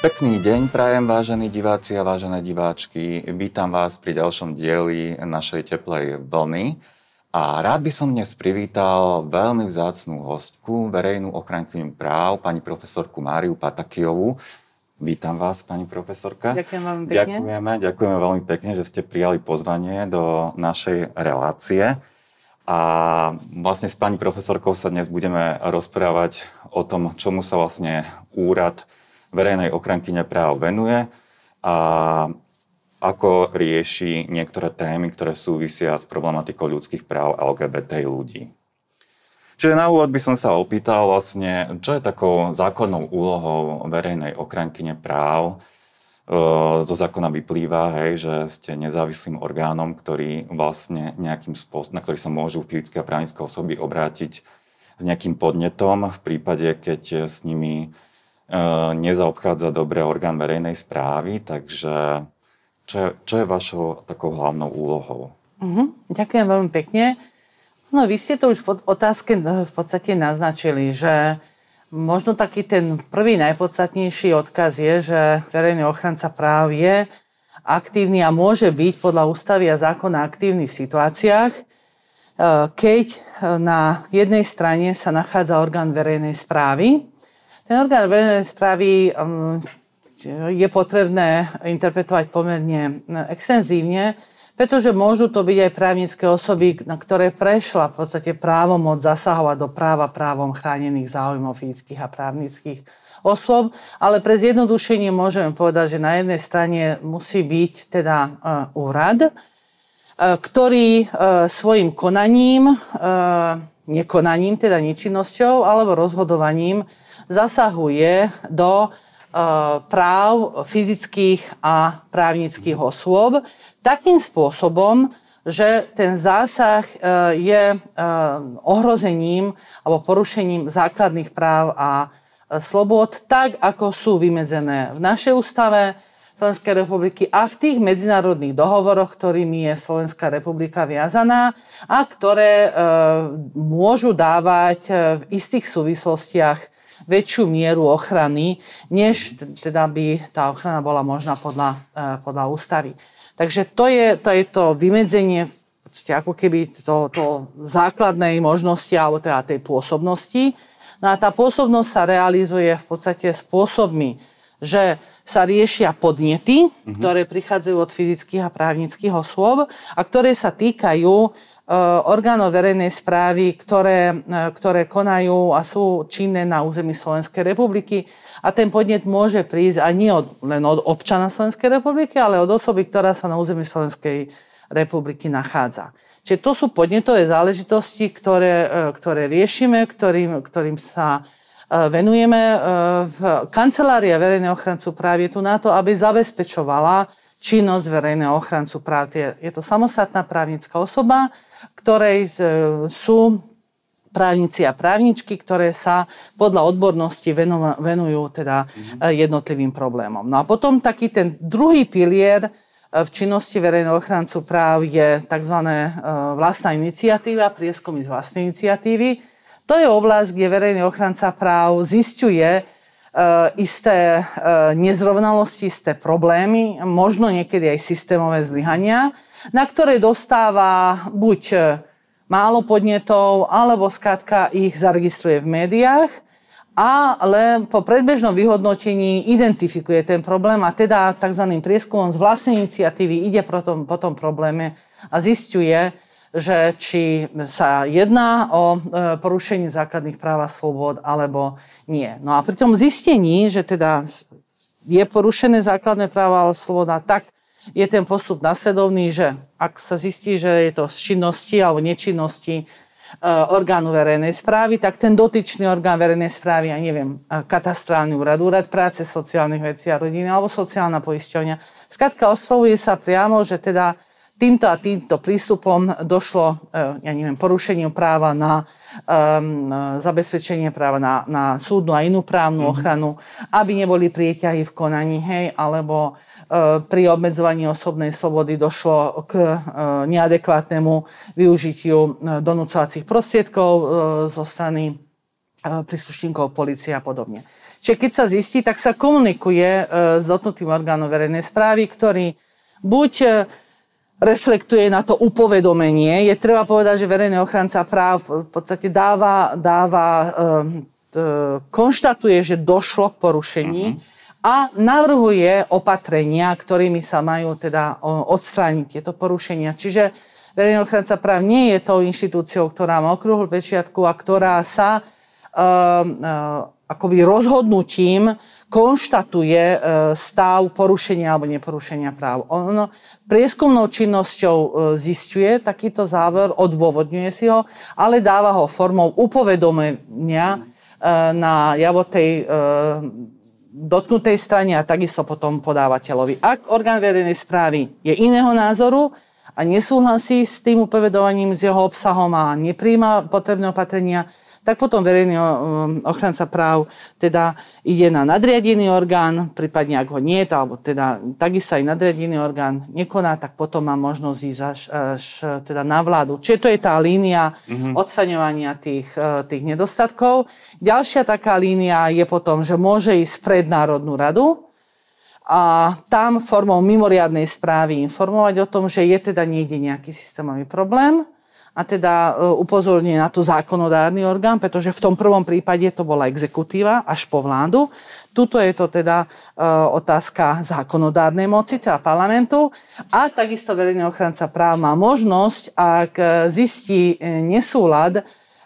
Pekný deň prajem, vážení diváci a vážené diváčky. Vítam vás pri ďalšom dieli našej teplej vlny. A rád by som dnes privítal veľmi vzácnu hostku, verejnú ochrankyňu práv, pani profesorku Máriu Patakijovú. Vítam vás, pani profesorka. Ďakujem veľmi pekne. Ďakujeme veľmi pekne, že ste prijali pozvanie do našej relácie. A vlastne s pani profesorkou sa dnes budeme rozprávať o tom, čomu sa vlastne úrad verejnej ochrankyne práv venuje a ako rieši niektoré témy, ktoré súvisia s problematikou ľudských práv LGBTI ľudí. Čiže na úvod by som sa opýtal vlastne, čo je takou základnou úlohou verejnej ochrankyne práv. Zo zákona vyplýva, že ste nezávislým orgánom, ktorý vlastne nejakým spôsobom, na ktorý sa môžu fyzické a právnické osoby obrátiť s nejakým podnetom v prípade, keď s nimi nezaobchádza dobre orgán verejnej správy, takže čo je vašou takou hlavnou úlohou? Ďakujem veľmi pekne. No, vy ste to už v otázke v podstate naznačili, že možno taký ten prvý najpodstatnejší odkaz je, že verejný ochranca práv je aktívny a môže byť podľa ústavy a zákona aktívny v situáciách, keď na jednej strane sa nachádza orgán verejnej správy. Ten orgán verejnej správy je potrebné interpretovať pomerne extenzívne, pretože môžu to byť aj právnické osoby, na ktoré prešla v podstate právomoc zasahovať do práva právom chránených záujmov fyzických a právnických osôb, ale pre zjednodušenie môžeme povedať, že na jednej strane musí byť teda úrad, ktorý svojim konaním, nekonaním, teda nečinnosťou alebo rozhodovaním zasahuje do práv fyzických a právnických osôb takým spôsobom, že ten zásah je ohrozením alebo porušením základných práv a slobôd, tak ako sú vymedzené v našej ústave Slovenskej republiky a v tých medzinárodných dohovoroch, ktorými je Slovenská republika viazaná a ktoré môžu dávať v istých súvislostiach väčšiu mieru ochrany, než teda by tá ochrana bola možná podľa ústavy. Takže to je to vymedzenie ako keby to základnej možnosti alebo teda tej pôsobnosti. No a tá pôsobnosť sa realizuje v podstate spôsobmi, že sa riešia podnety, ktoré prichádzajú od fyzických a právnických osôb a ktoré sa týkajú orgánov verejnej správy, ktoré konajú a sú činné na území Slovenskej republiky. A ten podnet môže prísť aj nie len od občana Slovenskej republiky, ale od osoby, ktorá sa na území Slovenskej republiky nachádza. Čiže to sú podnetové záležitosti, ktoré riešime, ktorým sa venujeme. Kancelária verejného ochrancu práv je tu na to, aby zabezpečovala činnosť verejného ochrancu práv. Je to samostatná právnická osoba, ktorej sú právnici a právničky, ktoré sa podľa odbornosti venujú teda jednotlivým problémom. No a potom taký ten druhý pilier v činnosti verejného ochrancu práv je tzv. Vlastná iniciatíva, prieskumy z vlastnej iniciatívy. To je oblasť, kde verejný ochranca práv zisťuje isté nezrovnalosti, isté problémy, možno niekedy aj systémové zlyhania, na ktoré dostáva buď málo podnetov, alebo skrátka ich zaregistruje v médiách, ale po predbežnom vyhodnotení identifikuje ten problém a teda tzv. Prieskumom z vlastnej iniciatívy ide po tom probléme a zisťuje, že či sa jedná o porušenie základných práv a slobôd alebo nie. No a pri tom zistení, že teda je porušené základné práva a sloboda, tak je ten postup nasledovný, že ak sa zistí, že je to z činnosti alebo nečinnosti orgánu verejnej správy, tak ten dotyčný orgán verejnej správy, ja neviem, katastrálny úrad, úrad práce, sociálnych vecí a rodiny alebo sociálna poisťovňa. Skrátka oslovuje sa priamo, že teda týmto a týmto prístupom došlo, porušeniu práva na zabezpečenie práva na súdnu a inú právnu ochranu, aby neboli prieťahy v konaní, alebo pri obmedzovaní osobnej slobody došlo k neadekvátnemu využitiu donúcovacích prostriedkov zo strany príslušníkov polície a podobne. Čiže keď sa zistí, tak sa komunikuje s dotknutým orgánom verejnej správy, ktorý buď reflektuje na to upovedomenie. Je treba povedať, že verejný ochranca práv v podstate konštatuje, že došlo k porušení a navrhuje opatrenia, ktorými sa majú teda odstrániť tieto porušenia. Čiže verejný ochranca práv nie je tou inštitúciou, ktorá má okrúhlu pečiatku a ktorá sa akoby rozhodnutím konštatuje stav porušenia alebo neporušenia práv. Ono prieskumnou činnosťou zisťuje takýto záver, odôvodňuje si ho, ale dáva ho formou upovedomenia na javo tej dotknutej strane a takisto potom podávateľovi. Ak orgán verejnej správy je iného názoru a nesúhlasí s tým upovedovaním, s jeho obsahom a nepríjma potrebné opatrenia, tak potom verejný ochranca práv teda ide na nadriadený orgán, prípadne ak ho nie, alebo teda takisto aj nadriadený orgán nekoná, tak potom má možnosť ísť až teda na vládu. Čiže to je tá línia odstraňovania tých nedostatkov. Ďalšia taká línia je potom, že môže ísť pred Národnú radu a tam formou mimoriadnej správy informovať o tom, že je teda niekde nejaký systémový problém, a teda upozorňuje na to zákonodárny orgán, pretože v tom prvom prípade to bola exekutíva až po vládu. Tuto je to teda otázka zákonodárnej moci, teda parlamentu. A takisto verejný ochranca práv má možnosť, ak zistí nesúlad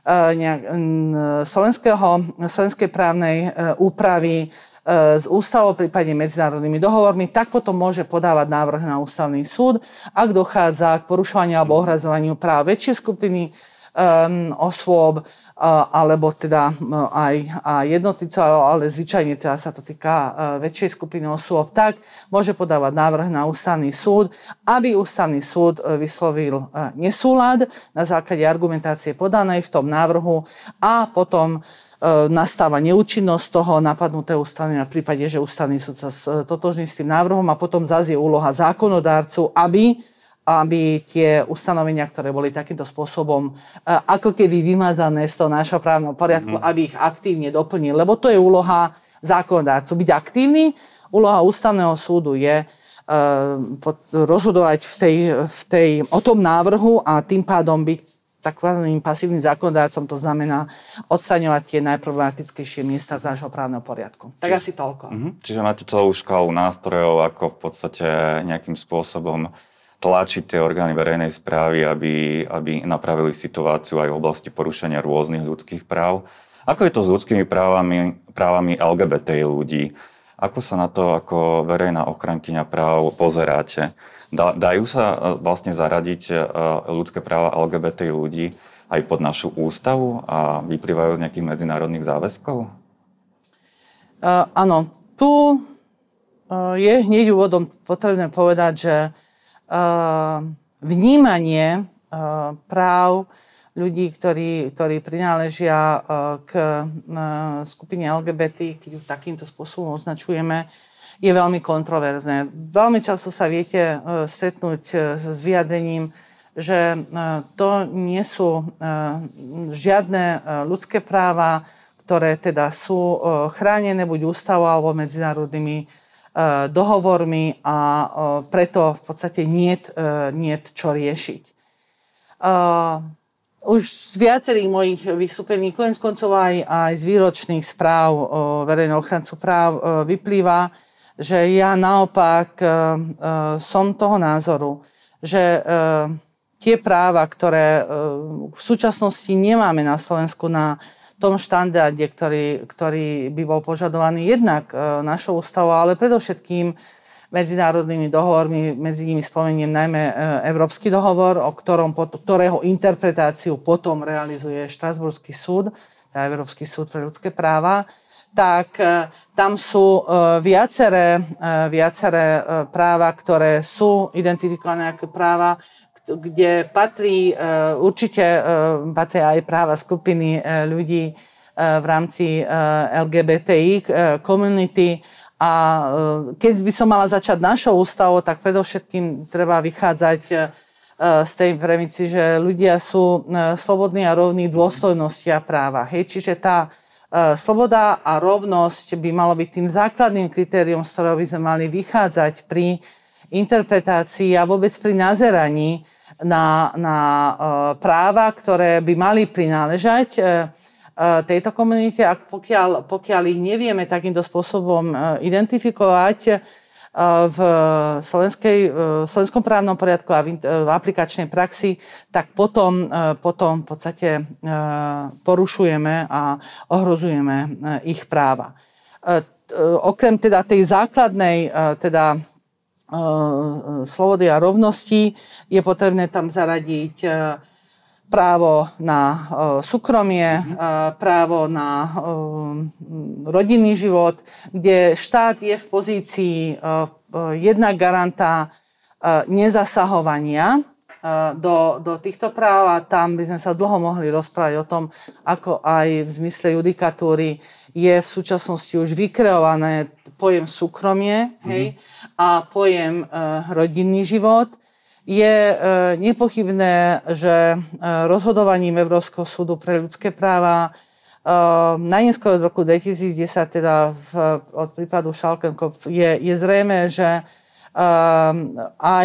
slovenskej právnej úpravy s ústavou, prípadne medzinárodnými dohovormi, tak potom môže podávať návrh na ústavný súd, ak dochádza k porušovaniu alebo ohrazovaniu práv väčšej skupiny osôb, alebo teda aj jednotlivcov, ale zvyčajne teda sa to týka väčšej skupiny osôb, tak môže podávať návrh na ústavný súd, aby ústavný súd vyslovil nesúlad na základe argumentácie podanej v tom návrhu a potom nastáva neúčinnosť toho napadnutého ustanovenia v prípade, že ústavný súd sa totožní s tým návrhom a potom zase je úloha zákonodárcu, aby tie ustanovenia, ktoré boli takýmto spôsobom ako keby vymazané z toho nášho právneho poriadku, aby ich aktívne doplnil. Lebo to je úloha zákonodárcu. Byť aktívny, úloha ústavného súdu je rozhodovať o tom návrhu a tým pádom byť takým pasívnym zákonodárcom, to znamená odstraňovať tie najproblematickejšie miesta z nášho právneho poriadku. Tak asi toľko. Čiže máte celú škálu nástrojov, ako v podstate nejakým spôsobom tlačiť tie orgány verejnej správy, aby napravili situáciu aj v oblasti porušenia rôznych ľudských práv. Ako je to s ľudskými právami LGBTI ľudí? Ako sa na to ako verejná ochrankyňa práv pozeráte? Dajú sa vlastne zaradiť ľudské práva LGBTI ľudí aj pod našu ústavu a vyplývajú z nejakých medzinárodných záväzkov? Áno, tu je hneď úvodom potrebné povedať, že vnímanie práv ľudí, ktorí prináležia k skupine LGBT, keď ju takýmto spôsobom označujeme, je veľmi kontroverzné. Veľmi často sa viete stretnúť s vyjadrením, že to nie sú žiadne ľudské práva, ktoré teda sú chránené buď ústavou alebo medzinárodnými dohovormi a preto v podstate niet čo riešiť. Už z viacerých mojich vystúpení, koniec koncov aj z výročných správ verejného ochrancu práv vyplýva, že ja naopak som toho názoru, že tie práva, ktoré v súčasnosti nemáme na Slovensku na tom štandarde, ktorý by bol požadovaný jednak našou ústavou, ale predovšetkým medzinárodnými dohovormi, medzi nimi spomeniem najmä Európsky dohovor, ktorého interpretáciu potom realizuje Štrasburský súd, teda Európsky súd pre ľudské práva, tak tam sú viaceré práva, ktoré sú identifikované ako práva, kde patria aj práva skupiny ľudí v rámci LGBTI komunity. A keď by som mala začať našou ústavou, tak predovšetkým treba vychádzať z tej premisi, že ľudia sú slobodní a rovní v dôstojnosti a právach. Čiže tá sloboda a rovnosť by malo byť tým základným kritériom, z ktorého by sme mali vychádzať pri interpretácii a vôbec pri nazeraní na práva, ktoré by mali prináležať tejto komunite. A pokiaľ ich nevieme takýmto spôsobom identifikovať v slovenskom právnom poriadku a v aplikačnej praxi, tak potom v podstate porušujeme a ohrozujeme ich práva. Okrem teda tej základnej slobody a rovnosti je potrebné tam zaradiť právo na súkromie, právo na rodinný život, kde štát je v pozícii jednak garanta nezasahovania do týchto práv a tam by sme sa dlho mohli rozprávať o tom, ako aj v zmysle judikatúry je v súčasnosti už vykreované pojem súkromie, hej, a pojem rodinný život. Je nepochybné, že rozhodovaním Európskeho súdu pre ľudské práva najneskôr od roku 2010, teda od prípadu Schalkenkopf, je zrejme, že aj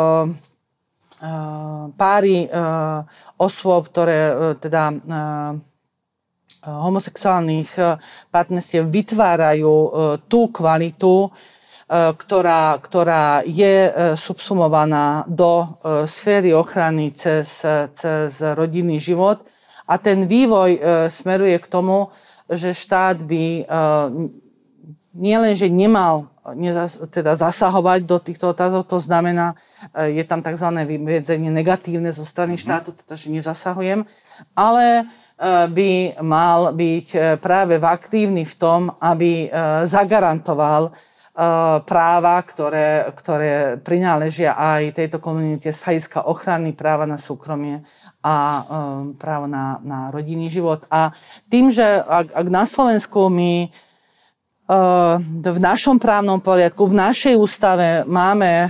páry osôb, ktoré teda homosexuálnych partnerstiev vytvárajú tú kvalitu, ktorá je subsumovaná do sféry ochrany cez rodinný život. A ten vývoj smeruje k tomu, že štát by nielenže nemal teda zasahovať do týchto otázok, to znamená, je tam tzv. Vymedzenie negatívne zo strany štátu, teda, že nezasahujem, ale by mal byť práve aktívny v tom, aby zagarantoval práva, ktoré prináležia aj tejto komunite z hľadiska ochrany práva na súkromie a právo na rodinný život. A tým, že ak na Slovensku my v našom právnom poriadku, v našej ústave máme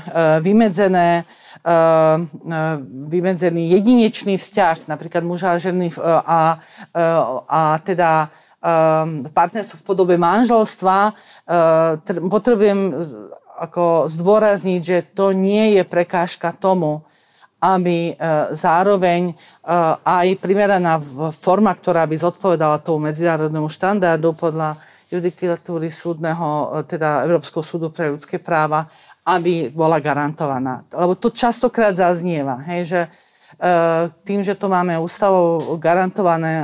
vymedzený jedinečný vzťah, napríklad muža a ženy a teda partnerstvo v podobe manželstva, potrebujem ako zdôrazniť, že to nie je prekážka tomu, aby zároveň aj primeraná forma, ktorá by zodpovedala tomu medzinárodnému štandardu podľa judikatúry súdneho, teda Európskeho súdu pre ľudské práva, aby bola garantovaná. Lebo to častokrát zaznieva, hej, že tým, že to máme ústavou garantované,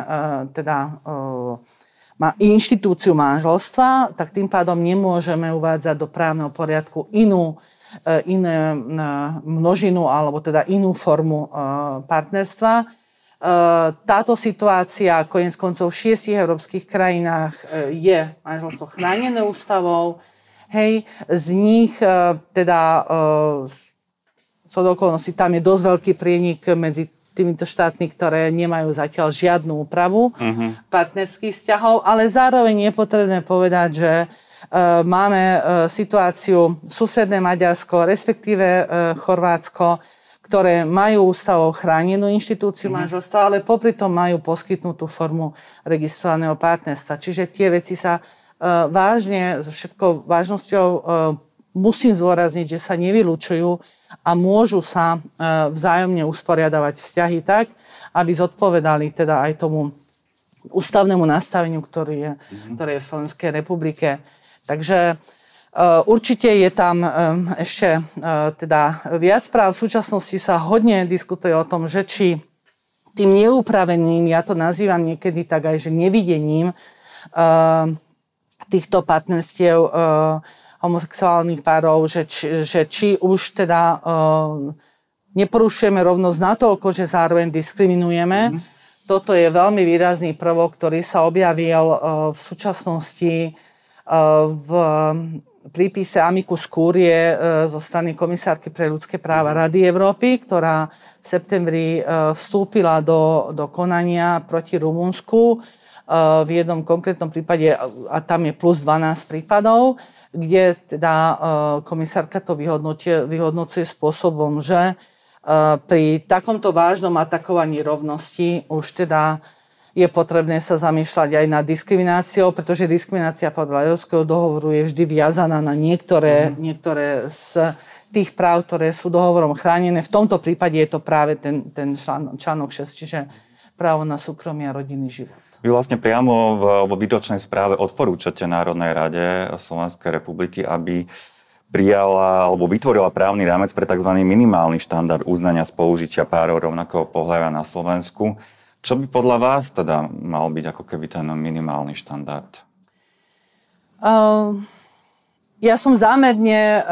má inštitúciu manželstva, tak tým pádom nemôžeme uvádzať do právneho poriadku inú množinu alebo teda inú formu partnerstva. Táto situácia koniec koncov v 6 európskych krajinách je manželstvo chránené ústavou. Hej, z nich sú do okolností, tam je dosť veľký prienik medzi týmito štátmi, ktoré nemajú zatiaľ žiadnu úpravu partnerských vzťahov, ale zároveň je potrebné povedať, že máme situáciu susedné Maďarsko, respektíve Chorvátsko, ktoré majú ústavou chránenú inštitúciu manželstva, ale popri tom majú poskytnutú formu registrovaného partnerstva. Čiže tie veci sa vážne, so všetkou vážnosťou musím zdôrazniť, že sa nevylučujú a môžu sa vzájomne usporiadavať vzťahy tak, aby zodpovedali teda aj tomu ústavnému nastaveniu, ktoré je v Slovenskej republike. Takže určite je tam ešte teda viac práv. V súčasnosti sa hodne diskutuje o tom, že či tým neupraveným, ja to nazývam niekedy tak aj, že nevidením týchto partnerstiev homosexuálnych párov, že či už teda neporušujeme rovnosť natoľko, že zároveň diskriminujeme. Toto je veľmi výrazný prvok, ktorý sa objavil v súčasnosti v prípise Amicus Curiae zo strany komisárky pre ľudské práva Rady Európy, ktorá v septembri vstúpila do konania proti Rumunsku v jednom konkrétnom prípade, a tam je plus 12 prípadov, kde teda komisárka to vyhodnocuje spôsobom, že pri takomto vážnom atakovaní rovnosti už teda je potrebné sa zamýšľať aj nad diskrimináciou, pretože diskriminácia podľa Európskeho dohovoru je vždy viazaná na niektoré z tých práv, ktoré sú dohovorom chránené. V tomto prípade je to práve ten článok 6, čiže právo na súkromie a rodinný život. Vy vlastne priamo vo výročnej správe odporúčate Národnej rade Slovenskej republiky, aby prijala alebo vytvorila právny rámec pre tzv. Minimálny štandard uznania spolužitia párov rovnakého pohlavia na Slovensku. Čo by podľa vás teda mal byť ako keby ten minimálny štandard? Ja som zámerne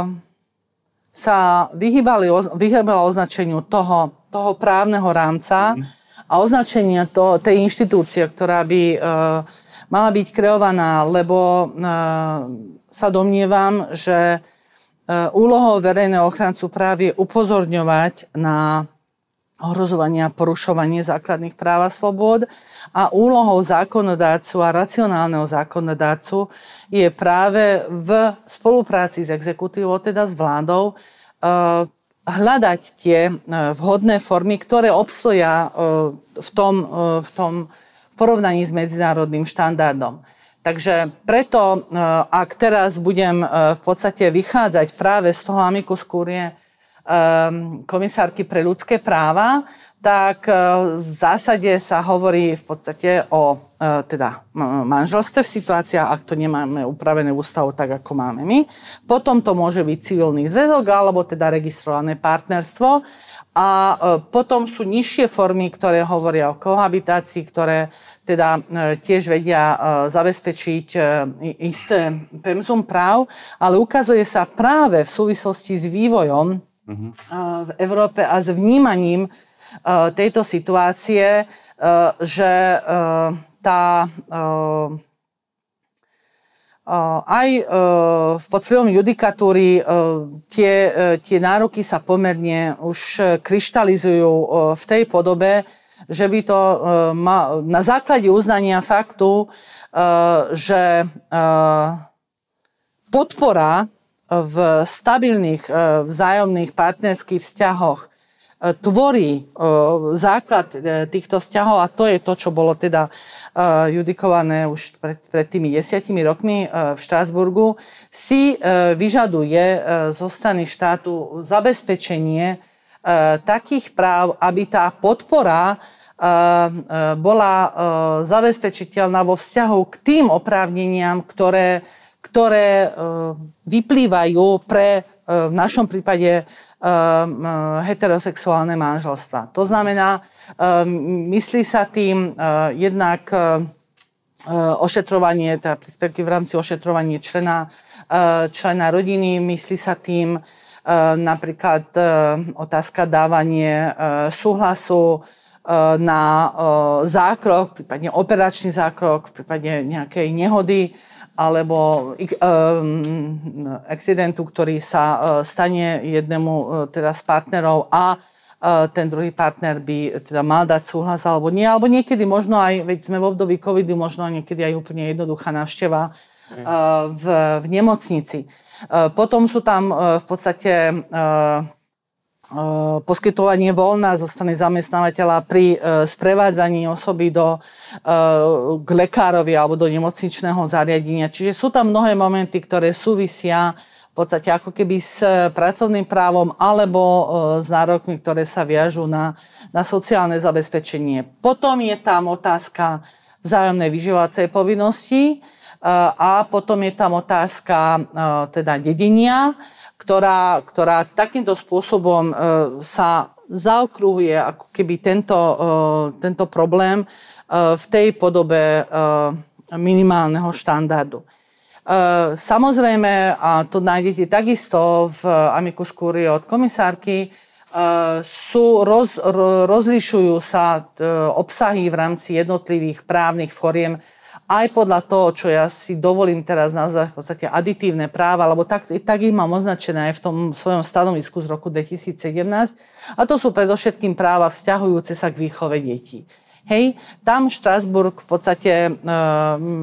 sa vyhýbala označeniu toho právneho rámca a označenia tej inštitúcie, ktorá by mala byť kreovaná, lebo sa domnievam, že úlohou verejného ochrancu práv je upozorňovať na ohrozovanie a porušovanie základných práv a slobôd a úlohou zákonodárcu a racionálneho zákonodárcu je práve v spolupráci s exekutívou, teda s vládou, hľadať tie vhodné formy, ktoré obstoja v porovnaní s medzinárodným štandardom. Takže preto, ak teraz budem v podstate vychádzať práve z toho amicus curiae komisárky pre ľudské práva, tak v zásade sa hovorí v podstate o manželstve v situáciách, ak to nemáme upravené ústavu tak, ako máme my. Potom to môže byť civilný zväzok alebo teda registrované partnerstvo. A potom sú nižšie formy, ktoré hovoria o kohabitácii, ktoré teda tiež vedia zabezpečiť isté pemzum práv, ale ukazuje sa práve v súvislosti s vývojom v Európe a s vnímaním tejto situácie, že aj pod vplyvom judikatúry tie nároky sa pomerne už kryštalizujú v tej podobe, že by to na základe uznania faktu, že podpora v stabilných vzájomných partnerských vzťahoch tvorí základ týchto vzťahov a to je to, čo bolo teda judikované už pred tými 10 rokmi v Štrasburgu, si vyžaduje zo strany štátu zabezpečenie takých práv, aby tá podpora bola zabezpečiteľná vo vzťahu k tým oprávneniam, ktoré vyplývajú pre v našom prípade heterosexuálne manželstva. To znamená, myslí sa tým jednak ošetrovanie, teda príspevky v rámci ošetrovania člena rodiny, myslí sa tým napríklad otázka dávanie súhlasu na zákrok, prípadne operačný zákrok, v prípade nejakej nehody, alebo accidentu, ktorý sa stane jednému teda z partnerov a ten druhý partner by teda mal dať súhlas alebo nie. Alebo niekedy možno aj, veď sme v období covidu, možno niekedy aj úplne jednoduchá návšteva v nemocnici. Potom sú tam v podstate poskytovanie voľna zo strany zamestnávateľa pri sprevádzaní osoby k lekárovi alebo do nemocničného zariadenia. Čiže sú tam mnohé momenty, ktoré súvisia v podstate ako keby s pracovným právom alebo s nárokmi, ktoré sa viažú na sociálne zabezpečenie. Potom je tam otázka vzájomnej vyživovacej povinnosti a potom je tam otázka teda dedenia, ktorá takýmto spôsobom sa zaokruhuje ako keby tento problém v tej podobe minimálneho štandardu. Samozrejme, a to nájdete takisto v amicus curiae od komisárky, rozlišujú sa obsahy v rámci jednotlivých právnych foriem aj podľa toho, čo ja si dovolím teraz nazvať v podstate aditívne práva, lebo tak ich mám označené aj v tom svojom stanovisku z roku 2017. A to sú predovšetkým práva vzťahujúce sa k výchove detí. Hej, tam Štrasburg v podstate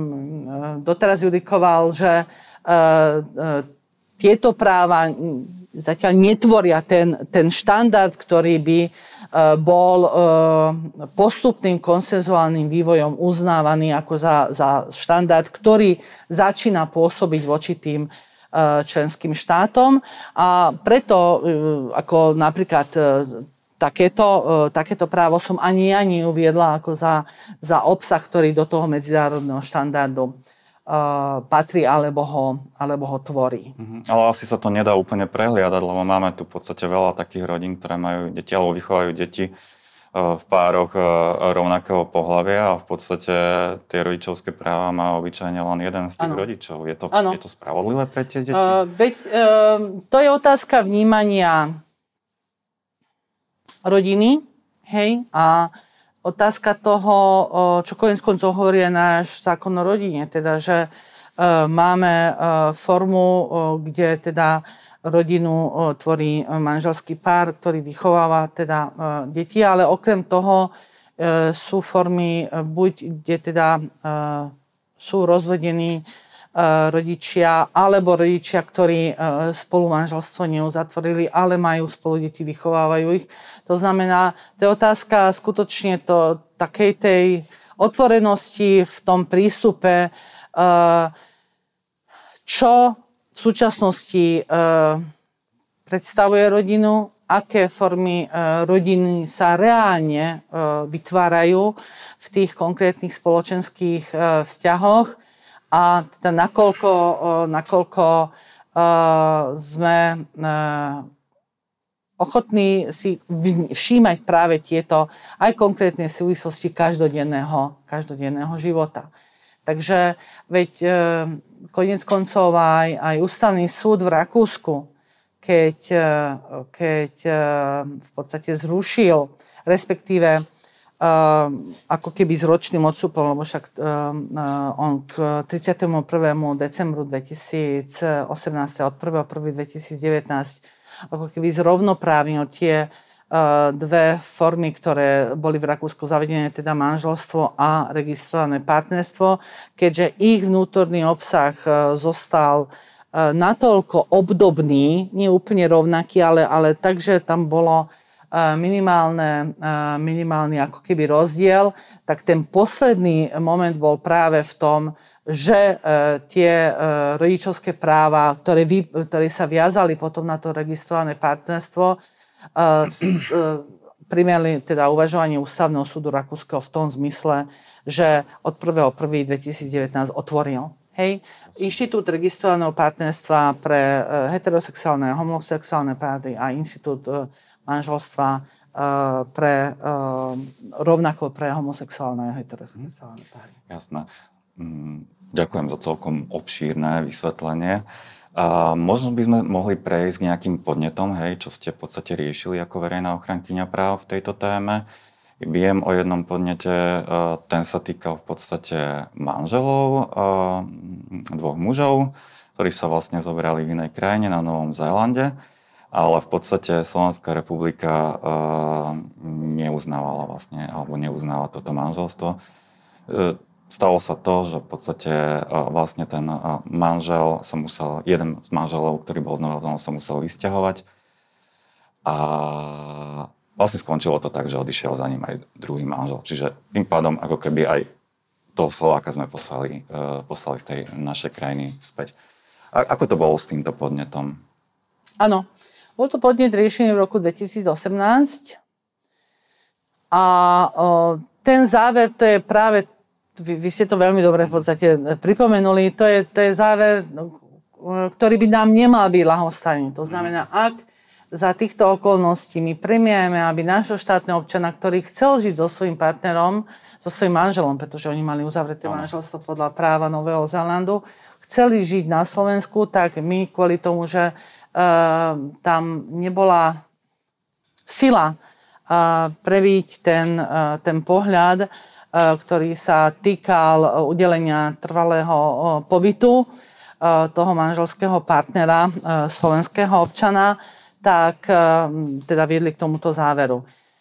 doteraz judikoval, že tieto práva zatiaľ netvoria ten štandard, ktorý by bol postupným konsenzuálnym vývojom uznávaný ako za štandard, ktorý začína pôsobiť voči tým členským štátom. A preto, ako napríklad takéto právo som ani ja neuviedla ako za obsah, ktorý do toho medzinárodného štandardu patrí alebo ho tvorí. Ale asi sa to nedá úplne prehliadať, lebo máme tu v podstate veľa takých rodín, ktoré majú deti alebo vychovajú deti v pároch rovnakého pohlavia a v podstate tie rodičovské práva má obyčajne len jeden z tých rodičov. Je to spravodlivé pre tie deti? To je otázka vnímania rodiny, hej, a otázka toho, čo koniec koncov hovorí náš zákon o rodine, teda, že máme formu, kde teda rodinu tvorí manželský pár, ktorý vychováva teda deti, ale okrem toho sú formy buď, kde teda sú rozvedení rodičia, alebo rodičia, ktorí spolu manželstvo neuzatvorili, ale majú spolu deti, vychovávajú ich. To znamená, to je otázka skutočne takej tej otvorenosti v tom prístupe, čo v súčasnosti predstavuje rodinu, aké formy rodiny sa reálne vytvárajú v tých konkrétnych spoločenských vzťahoch a teda nakoľko sme ochotní si všímať práve tieto aj konkrétne súvislosti každodenného života. Takže veď koniec koncov aj ústavný súd v Rakúsku, keď v podstate zrušil, respektíve ako keby s ročným odstupom, lebo však on k 31. decembru 2018 od 1.1.2019 ako keby zrovnoprávnil tie dve formy, ktoré boli v Rakúsku zavedené, teda manželstvo a registrované partnerstvo, keďže ich vnútorný obsah zostal natoľko obdobný, nie úplne rovnaký, ale takže tam bolo minimálny ako keby rozdiel, tak ten posledný moment bol práve v tom, že tie rodičovské práva, ktoré sa viazali potom na to registrované partnerstvo, primerali teda uvažovanie ústavného súdu Rakúskeho v tom zmysle, že od 1.1.2019 otvoril. Hej, inštitút registrovaného partnerstva pre heterosexuálne a homosexuálne páry a inštitút manželstva rovnako pre homosexuálne a heterosexuálne páry. Jasné. Ďakujem za celkom obšírne vysvetlenie. Možno by sme mohli prejsť k nejakým podnetom, čo ste v podstate riešili ako verejná ochrankyňa práv v tejto téme. Viem o jednom podnete, ten sa týkal v podstate manželov, dvoch mužov, ktorí sa vlastne zobrali v inej krajine, na Novom Zélande, ale v podstate Slovenská republika neuznávala vlastne, alebo neuznáva toto manželstvo. Stalo sa to, že v podstate vlastne ten manžel jeden z manželov, ktorý bol z Nového Zélandu, sa musel vysťahovať a vlastne skončilo to tak, že odišiel za ním aj druhý manžel. Čiže tým pádom ako keby aj toho Slováka sme poslali z tej našej krajiny späť. Ako to bolo s týmto podnetom? Áno, bol to podnet riešený v roku 2018 a ten záver, to je práve vy ste to veľmi dobre v podstate pripomenuli. To je záver, ktorý by nám nemal byť ľahostajný. To znamená, ak za týchto okolností my premieme, aby nášho štátneho občana, ktorý chcel žiť so svojím partnerom, so svojím manželom, pretože oni mali uzavreté manželstvo podľa práva Nového Zélandu, chceli žiť na Slovensku, tak my kvôli tomu, že tam nebola sila previť ten pohľad, ktorý sa týkal udelenia trvalého pobytu toho manželského partnera, slovenského občana, tak teda viedli k tomuto záveru.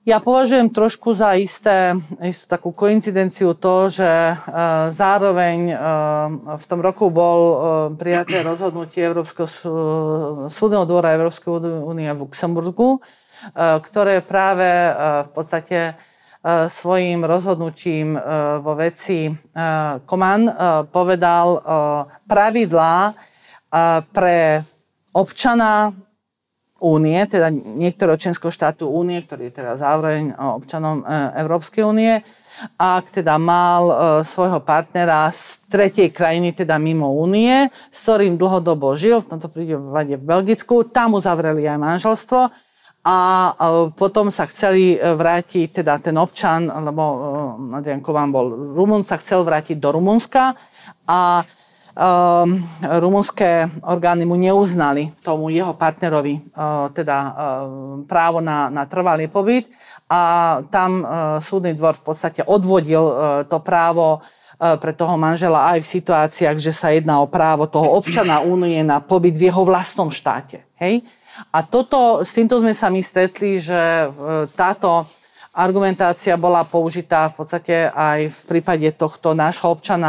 Ja považujem trošku za istú takú koincidenciu to, že zároveň v tom roku bol prijaté rozhodnutie Európskeho súdneho dvora Európskej únie v Luxemburgu, ktoré práve v podstate svojím rozhodnutím vo veci Coman povedal pravidlá pre občana Únie, teda niektorého členského štátu Únie, ktorý je teda zároveň občanom Európskej únie, ak teda mal svojho partnera z tretej krajiny, teda mimo Únie, s ktorým dlhodobo žil, v tomto prípade v Belgicku, tam uzavreli aj manželstvo a potom sa chceli vrátiť, teda ten občan, lebo Adrian Coman bol Rumun, sa chcel vrátiť do Rumunska a rumunské orgány mu neuznali tomu jeho partnerovi právo na trvalý pobyt a tam súdny dvor v podstate odvodil to právo pre toho manžela aj v situáciách, že sa jedná o právo toho občana únie na pobyt v jeho vlastnom štáte. Hej? A s týmto sme sa my stretli, že táto argumentácia bola použitá v podstate aj v prípade tohto nášho občana,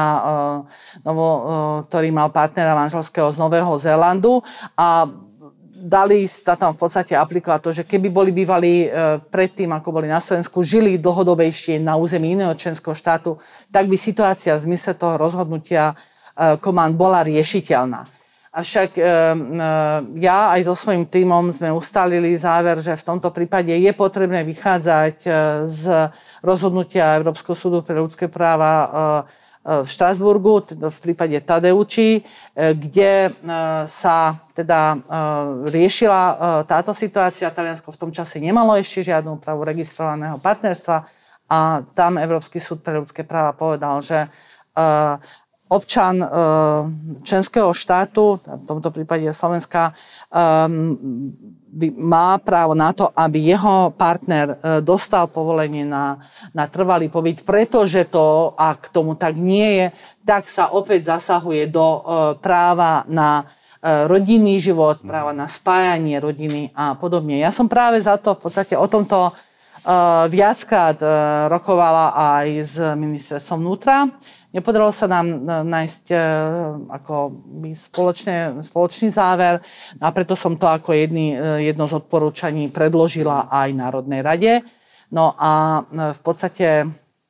ktorý mal partnera manželského z Nového Zélandu a dali sa tam v podstate aplikovať to, že keby boli bývali predtým, ako boli na Slovensku, žili dlhodobejšie na území iného členského štátu, tak by situácia v zmysle toho rozhodnutia Coman bola riešiteľná. Avšak ja aj so svojím tímom sme ustálili záver, že v tomto prípade je potrebné vychádzať z rozhodnutia Európskeho súdu pre ľudské práva v Štrasburgu, v prípade Tadeucci, kde sa teda riešila táto situácia. Taliansko v tom čase nemalo ešte žiadnu úpravu registrovaného partnerstva a tam Európsky súd pre ľudské práva povedal, že občan členského štátu, v tomto prípade Slovenska, má právo na to, aby jeho partner dostal povolenie na trvalý pobyt, pretože to, ak tomu tak nie je, tak sa opäť zasahuje do práva na rodinný život, práva na spájanie rodiny a podobne. Ja som práve za to v podstate o tomto viackrát rokovala aj s ministerstvom vnútra. Nepodarilo sa nám nájsť spoločný záver a preto som to ako jedno z odporúčaní predložila aj Národnej rade. No a v podstate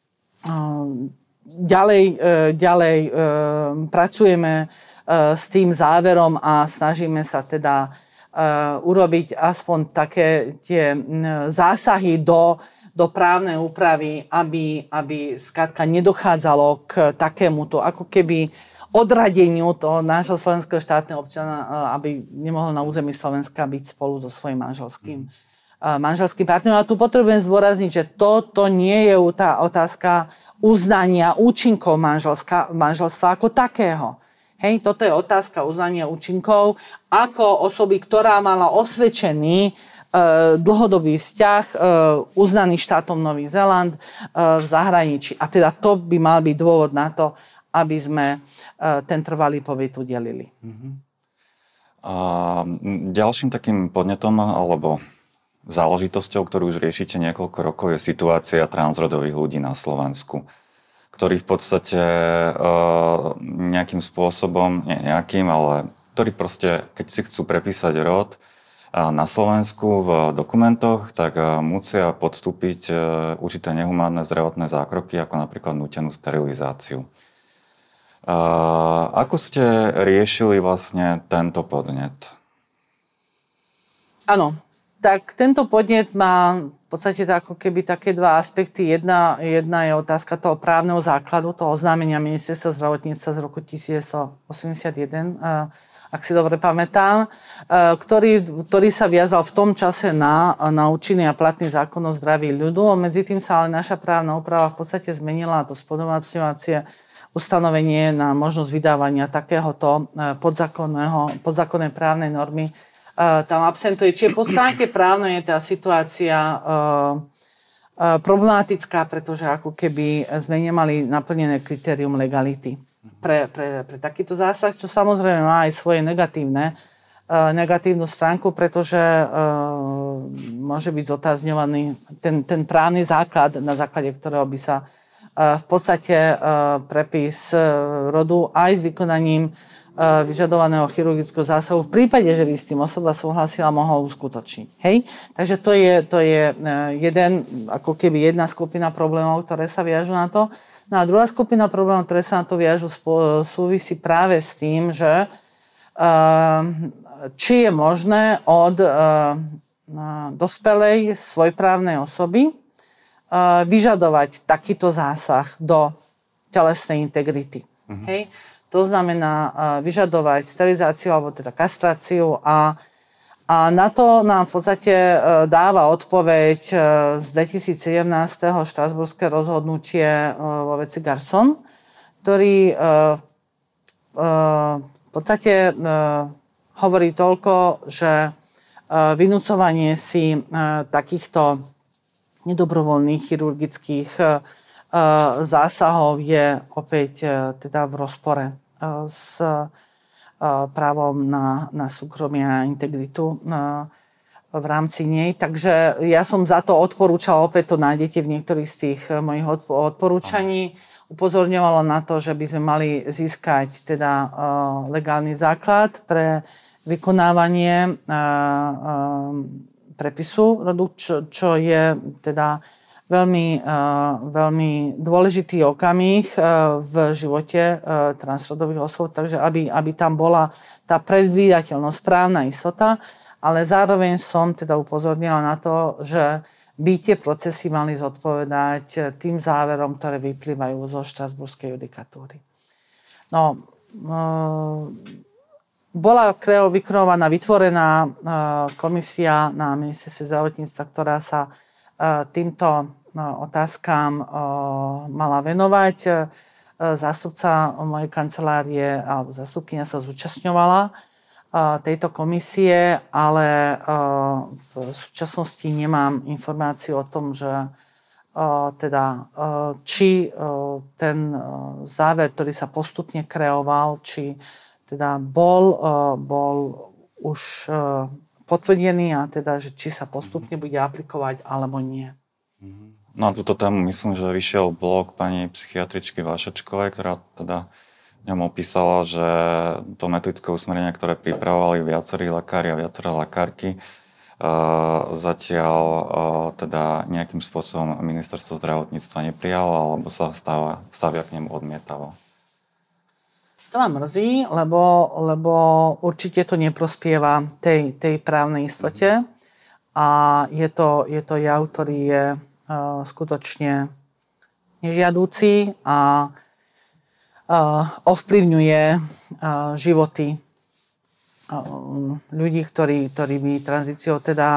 ďalej pracujeme s tým záverom a snažíme sa teda urobiť aspoň také tie zásahy do právnej úpravy, aby skrátka nedochádzalo k takémuto, ako keby odradeniu toho nášho slovenského štátneho občana, aby nemohol na území Slovenska byť spolu so svojím manželským partnerom. A tu potrebujem zdôrazniť, že toto nie je tá otázka uznania účinkov manželstva ako takého. Hej, toto je otázka uznania účinkov ako osoby, ktorá mala osvedčený dlhodobý vzťah uznaný štátom Nový Zéland v zahraničí. A teda to by mal byť dôvod na to, aby sme ten trvalý pobyt udelili. A ďalším takým podnetom alebo záležitosťou, ktorú už riešite niekoľko rokov, je situácia transrodových ľudí na Slovensku, ktorí v podstate nejakým spôsobom, ale ktorí proste, keď si chcú prepísať rod na Slovensku v dokumentoch, tak musia podstúpiť určité nehumánne zdravotné zákroky, ako napríklad nútenú sterilizáciu. Ako ste riešili vlastne tento podnet? Áno, tak tento podnet má v podstate ako keby také dva aspekty. Jedna je otázka toho právneho základu, toho oznámenia ministerstva zdravotníctva z roku 1981, ak si dobre pamätám, ktorý sa viazal v tom čase na účinný a platný zákon o zdraví ľudu. Medzi tým sa ale naša právna úprava v podstate zmenila to spodomocňovacie ustanovenie na možnosť vydávania takéhoto podzákonnej právnej normy tam absentuje. Čiže po stránke právnej je tá situácia problematická, pretože ako keby sme nemali naplnené kritérium legality pre takýto zásah, čo samozrejme má aj svoje negatívne negatívnu stránku, pretože môže byť zotázňovaný ten právny základ, na základe ktorého by sa v podstate prepis rodu aj s vykonaním vyžadovaného chirurgického zásahu v prípade, že by s tým osoba súhlasila, mohol uskutočniť. Hej? Takže to je ako keby jedna skupina problémov, ktoré sa viažú na to. No a druhá skupina problémov, ktoré sa na to viažú, súvisí práve s tým, že či je možné od dospelej svojprávnej osoby vyžadovať takýto zásah do telesnej integrity. Hej? To znamená vyžadovať sterilizáciu alebo teda kastráciu a na to nám v podstate dáva odpoveď z 2017. štrasburské rozhodnutie vo veci Garson, ktorý v podstate hovorí toľko, že vynúcovanie si takýchto nedobrovoľných chirurgických zásahov je opäť teda v rozpore s právom na súkromie a integritu v rámci nej. Takže ja som za to odporúčala, opäť to nájdete v niektorých z tých mojich odporúčaní, upozorňovala na to, že by sme mali získať teda legálny základ pre vykonávanie prepisu rodu, čo je teda veľmi dôležitý okamih v živote transrodových osôb, takže aby tam bola tá predvídateľnosť, právna istota, ale zároveň som teda upozornila na to, že by tie procesy mali zodpovedať tým záverom, ktoré vyplývajú zo štrasburskej judikatúry. No, bola vytvorená komisia na ministerstve zdravotníctva, ktorá sa týmto otázkam mala venovať. Zástupca mojej kancelárie alebo zástupkyňa sa zúčastňovala tejto komisie, ale v súčasnosti nemám informáciu o tom, že či ten záver, ktorý sa postupne kreoval, či teda bol už potvrdený a teda, že či sa postupne bude aplikovať alebo nie. Na túto tému myslím, že vyšiel blog pani psychiatričky Vašečkovej, ktorá teda ňom opísala, že to metodické usmerenie, ktoré pripravovali viacerí lekári a viaceré lekárky, zatiaľ teda nejakým spôsobom ministerstvo zdravotníctva neprijalo alebo sa stavia k nemu odmietavo. To ma mrzí, lebo určite to neprospieva tej právnej istote a je to jav, ktorý je skutočne nežiadúci a ovplyvňuje životy ľudí, ktorí by tranzíciou teda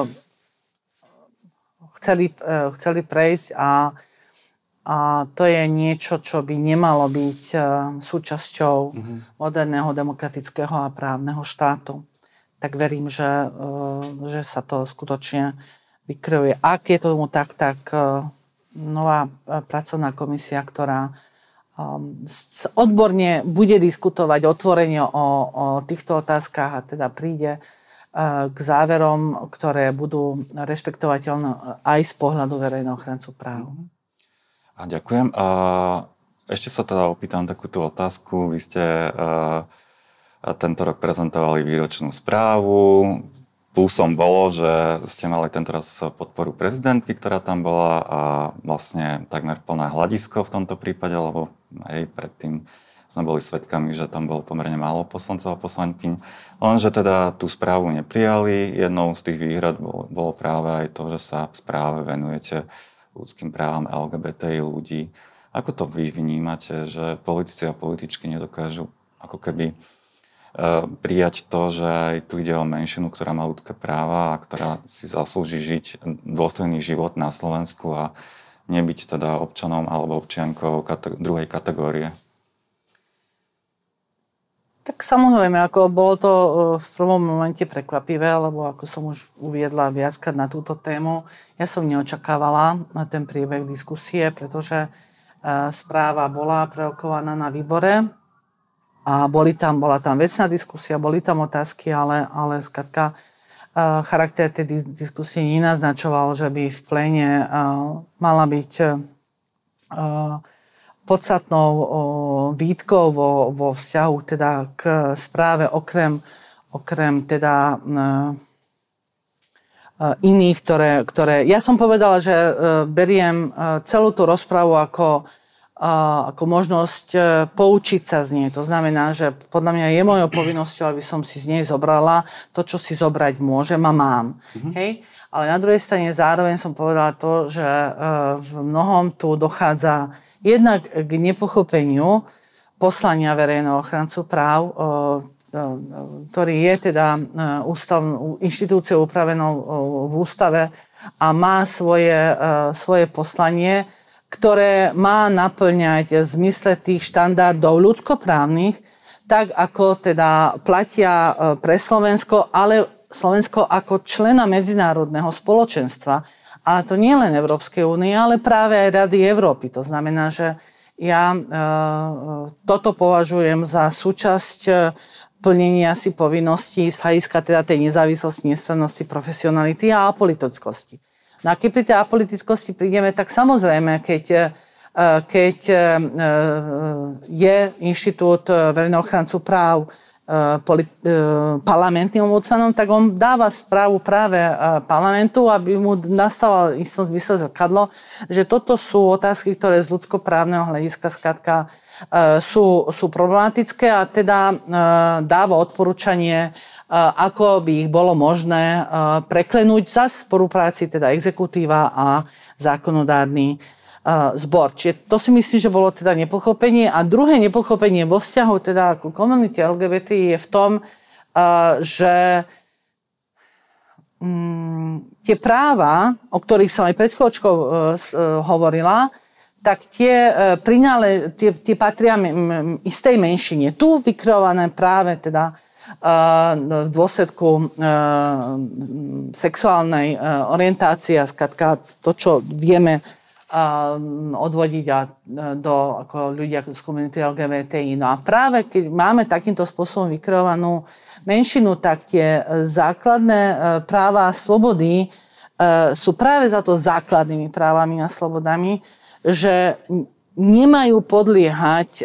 chceli prejsť a to je niečo, čo by nemalo byť súčasťou moderného demokratického a právneho štátu. Tak verím, že sa to skutočne vykreuje. Ak je tomu tak nová pracovná komisia, ktorá odborne bude diskutovať otvorene o týchto otázkach a teda príde k záverom, ktoré budú rešpektovateľné aj z pohľadu verejného ochrancu práv. A ďakujem. Ešte sa teda opýtam takúto otázku. Vy ste tento rok prezentovali výročnú správu. Plusom bolo, že ste mali tentoraz podporu prezidentky, ktorá tam bola a vlastne takmer plné hľadisko v tomto prípade, lebo aj predtým sme boli svedkami, že tam bolo pomerne málo poslancov a poslankyň. Lenže teda tú správu neprijali. Jednou z tých výhrad bolo práve aj to, že sa v správe venujete ľudským právam LGBTI ľudí. Ako to vy vnímate, že politici a političky nedokážu ako keby prijať to, že aj tu ide o menšinu, ktorá má ľudské práva a ktorá si zaslúži žiť dôstojný život na Slovensku a nebyť teda občanom alebo občiankou druhej kategórie? Tak samozrejme, ako bolo to v prvom momente prekvapivé, lebo ako som už uviedla viackrát na túto tému, ja som neočakávala na ten priebeh diskusie, pretože správa bola prerokovaná na výbore A bola tam vecná diskusia, boli tam otázky, ale skrátka charakter tej diskusie nenaznačoval, že by v pléne mala byť podstatnou výtkou vo vzťahu teda k správe okrem teda iných, ktoré... Ja som povedala, že beriem celú tú rozpravu ako možnosť poučiť sa z nej. To znamená, že podľa mňa je mojou povinnosťou, aby som si z nej zobrala to, čo si zobrať môžem a mám. Hej? Ale na druhej strane zároveň som povedala to, že v mnohom tu dochádza jednak k nepochopeniu poslania verejného ochrancu práv, ktorý je teda inštitúciou upravenou v ústave a má svoje poslanie, ktoré má naplňať v zmysle tých štandardov ľudskoprávnych, tak ako teda platia pre Slovensko, ale Slovensko ako člena medzinárodného spoločenstva. A to nie len Európskej únie, ale práve aj Rady Európy. To znamená, že ja toto považujem za súčasť plnenia si povinností z hľadiska teda tej nezávislosti, nestrannosti, profesionality a apolitickosti. No a keď pri tej apolitickosti prídeme, tak samozrejme, keď je inštitút verejného ochrancu práv parlamentným ombudsmanom, tak on dáva správu práve parlamentu, aby mu nastalo istom zmysle zrkadlo, že toto sú otázky, ktoré z ľudskoprávneho hľadiska skrátka sú problematické a teda dáva odporúčanie, ako by ich bolo možné preklenúť za spolupráci teda exekutíva a zákonodárny zbor. Čiže to si myslím, že bolo teda nepochopenie. A druhé nepochopenie vo vzťahu teda ku komunite LGBT je v tom, že tie práva, o ktorých som aj pred chvíľočkou hovorila, tak tie patria istej menšine. Tu vykreované práve teda v dôsledku sexuálnej orientácie a skrátka to, čo vieme odvodiť ako ľudia z komunity LGBTI. No a práve keď máme takýmto spôsobom vykreovanú menšinu, tak tie základné práva a slobody sú práve za to základnými právami a slobodami, že nemajú podliehať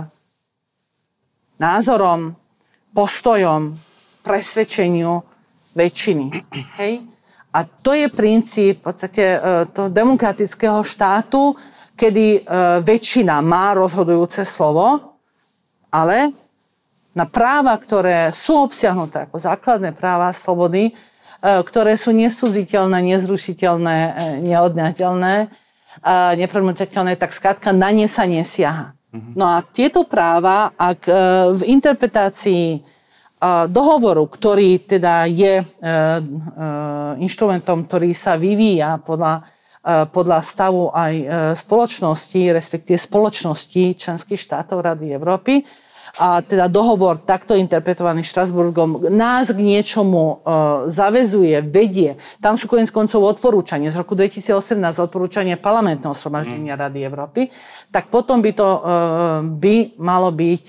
názorom, postojom, presvedčeniu väčšiny. Hej? A to je princíp v podstate toho demokratického štátu, kedy väčšina má rozhodujúce slovo, ale na práva, ktoré sú obsiahnuté ako základné práva a slobody, ktoré sú nesúziteľné, nezrušiteľné, neodňateľné, nepremlčateľné, tak skrátka na ne sa nesiaha. No a tieto práva, ak v interpretácii dohovoru, ktorý teda je inštrumentom, ktorý sa vyvíja podľa stavu aj spoločnosti, respektíve spoločnosti členských štátov Rady Európy, a teda dohovor takto interpretovaný Štrasburgom nás k niečomu zaväzuje, vedie. Tam sú koniec koncov odporúčania z roku 2018, odporúčanie parlamentného zhromaždenia Rady Európy, tak potom by to malo byť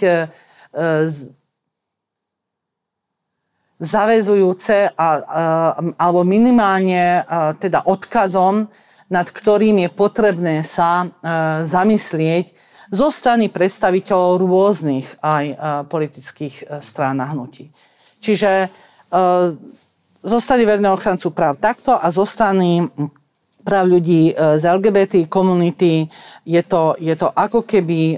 zaväzujúce alebo minimálne teda odkazom, nad ktorým je potrebné sa zamyslieť zo strany predstaviteľov rôznych aj politických strán a hnutí. Čiže zo strany verejného ochrancu práv takto a zo strany práv ľudí z LGBT komunity je to ako keby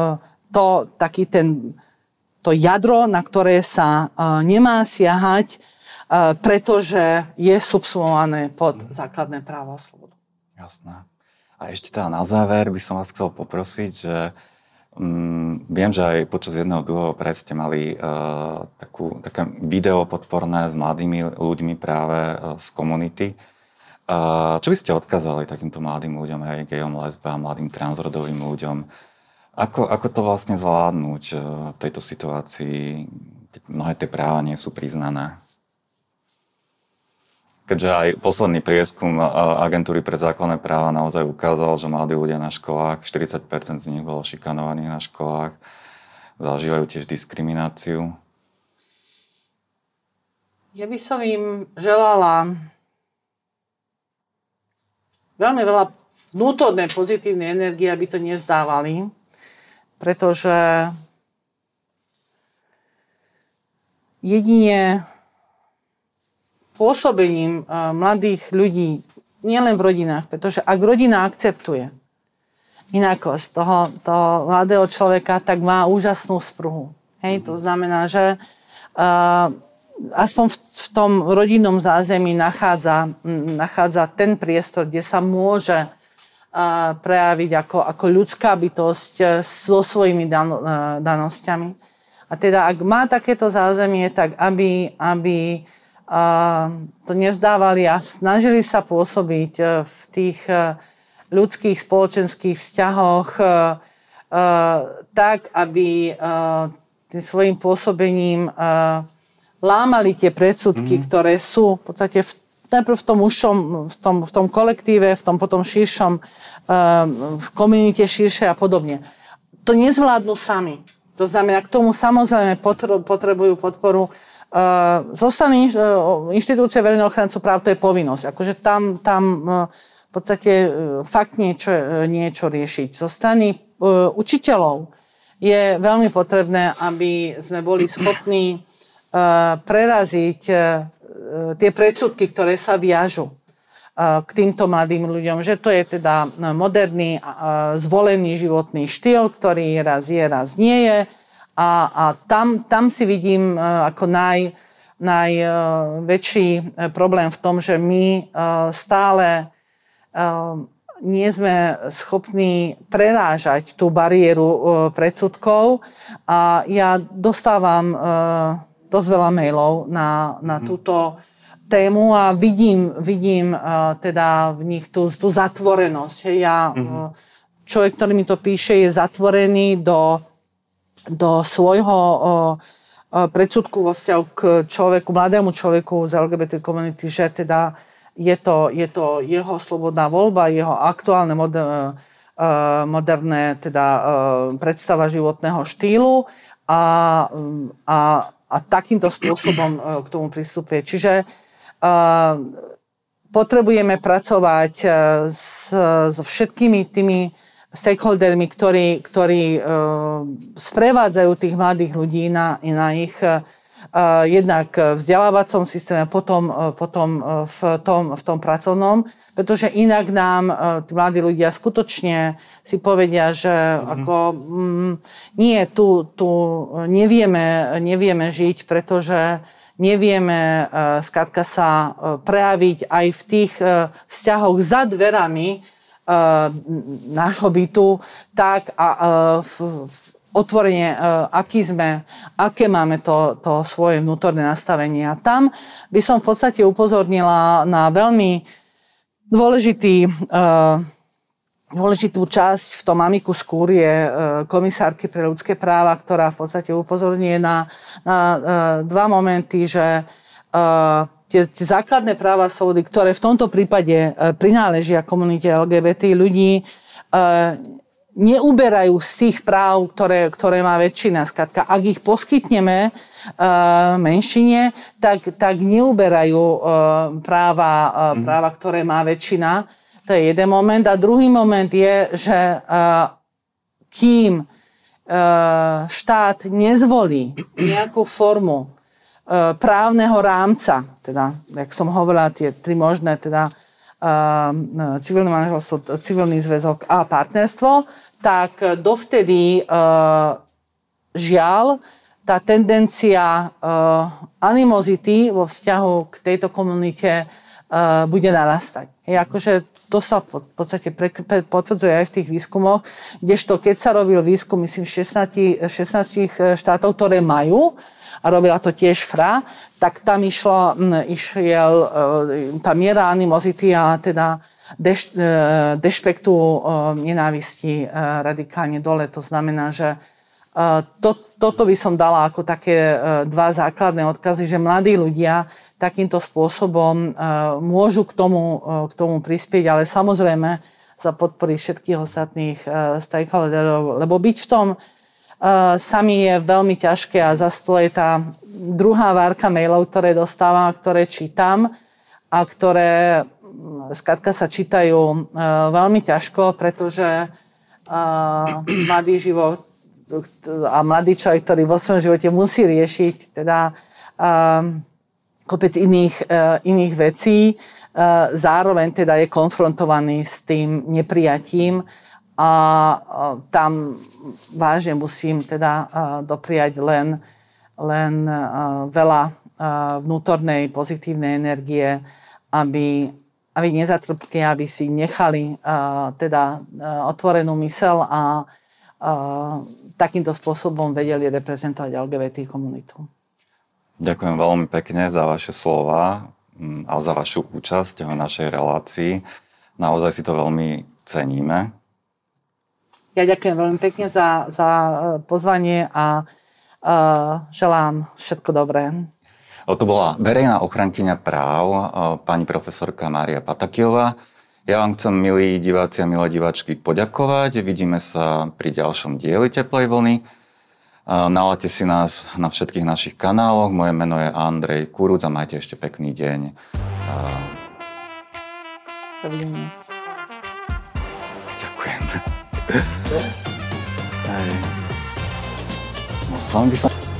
to jadro, na ktoré sa nemá siahať, pretože je subsumované pod základné práva a slobodu. Jasné. A ešte teda na záver by som vás chcel poprosiť, že viem, že aj počas jedného druhého pred ste mali také video podporné s mladými ľuďmi práve z komunity. Čo by ste odkázali takýmto mladým ľuďom, aj gejom, lesbám, mladým transrodovým ľuďom? Ako to vlastne zvládnuť v tejto situácii, keď mnohé tie práva nie sú priznané? Keďže aj posledný prieskum agentúry pre základné práva naozaj ukázal, že mladí ľudia na školách, 40% z nich bolo šikanovaných na školách. zažívajú tiež diskrimináciu? Ja by som im želala veľmi veľa vnútornej pozitívnej energie, aby to nezdávali, pretože jedine pôsobením mladých ľudí, nielen v rodinách, pretože ak rodina akceptuje inakosť toho mladého človeka, tak má úžasnú spruhu. Hej, to znamená, že aspoň v tom rodinnom zázemí nachádza ten priestor, kde sa môže prejaviť ako ľudská bytosť so svojimi danosťami. A teda, ak má takéto zázemie, tak aby to nevzdávali a snažili sa pôsobiť v tých ľudských spoločenských vzťahoch tak, aby tým svojím pôsobením lámali tie predsudky, ktoré sú v podstate najprv v tom užšom, v tom kolektíve, v tom potom širšom, v komunite širšej a podobne. To nezvládnu sami. To znamená, k tomu samozrejme potrebujú podporu. Zo strany inštitúcie verejného ochrancu práv to je povinnosť. Akože tam v podstate fakt niečo riešiť. Zo strany učiteľov je veľmi potrebné, aby sme boli schopní preraziť tie predsudky, ktoré sa viažu k týmto mladým ľuďom, že to je teda moderný, zvolený životný štýl, ktorý raz je, raz nie je. A tam si vidím ako najväčší problém v tom, že my stále nie sme schopní prerážať tú bariéru predsudkov. A ja dostávam dosť veľa mailov na túto tému a vidím teda v nich tú zatvorenosť. Človek, ktorý mi to píše, je zatvorený do svojho predsudku vo vzťahu k mladému človeku z LGBT komunity, že teda je to jeho slobodná voľba, jeho aktuálne moderné teda predstava životného štýlu a takýmto spôsobom k tomu pristupuje. Čiže potrebujeme pracovať so všetkými tými stakeholdermi, ktorí sprevádzajú tých mladých ľudí na ich jednak vzdelávacom systéme, potom v tom pracovnom, pretože inak nám tí mladí ľudia skutočne si povedia, že nie, tu nevieme žiť, pretože nevieme skrátka sa prejaviť aj v tých vzťahoch za dverami nášho bytu, tak otvorene, aké máme to svoje vnútorné nastavenie. A tam by som v podstate upozornila na veľmi dôležitú časť v tom amicus curiae komisárky pre ľudské práva, ktorá v podstate upozorňuje na dva momenty, že tie základné práva slobody, ktoré v tomto prípade prináležia komunite LGBT ľudí, neuberajú z tých práv, ktoré má väčšina. Skrátka, ak ich poskytneme menšine, tak neuberajú práva, ktoré má väčšina. To je jeden moment. A druhý moment je, že kým štát nezvolí nejakú formu právneho rámca, teda, jak som hovorila, tie tri možné, teda civilné manželstvo, civilný zväzok a partnerstvo, tak dovtedy žiaľ tá tendencia animozity vo vzťahu k tejto komunite bude narastať. Akože to sa v podstate potvrdzuje aj v tých výskumoch, kdežto keď sa robil výskum, myslím, 16 štátov, ktoré majú, a robila to tiež FRA, tak tam išiel tá miera animozity a teda dešpektu nenávisti radikálne dole. To znamená, že toto by som dala ako také dva základné odkazy, že mladí ľudia takýmto spôsobom môžu k tomu prispieť, ale samozrejme za podpory všetkých ostatných stakeholderov, lebo byť v tom sami je veľmi ťažké a zase to je tá druhá várka mailov, ktoré dostávam, ktoré čítam a ktoré skrátka sa čítajú veľmi ťažko, pretože mladý život a mladý človek, ktorý vo svojom živote musí riešiť teda kopec iných vecí, zároveň teda je konfrontovaný s tým neprijatím a tam vážne musím teda dopriať len veľa vnútornej pozitívnej energie, aby nezatrpkli, aby si nechali teda otvorenú myseľ a takýmto spôsobom vedeli reprezentovať LGBT komunitu. Ďakujem veľmi pekne za vaše slova a za vašu účasť v našej relácii. Naozaj si to veľmi ceníme. Ja ďakujem veľmi pekne za pozvanie a želám všetko dobré. To bola verejná ochrankyňa práv, pani profesorka Mária Patakiová. Ja vám chcem, milí diváci a milé diváčky, poďakovať. Vidíme sa pri ďalšom dieli Teplej vlny. Naladte si nás na všetkých našich kanáloch. Moje meno je Andrej Kuruc a majte ešte pekný deň. Dovidenia. Ďakujem. No, s vami by som...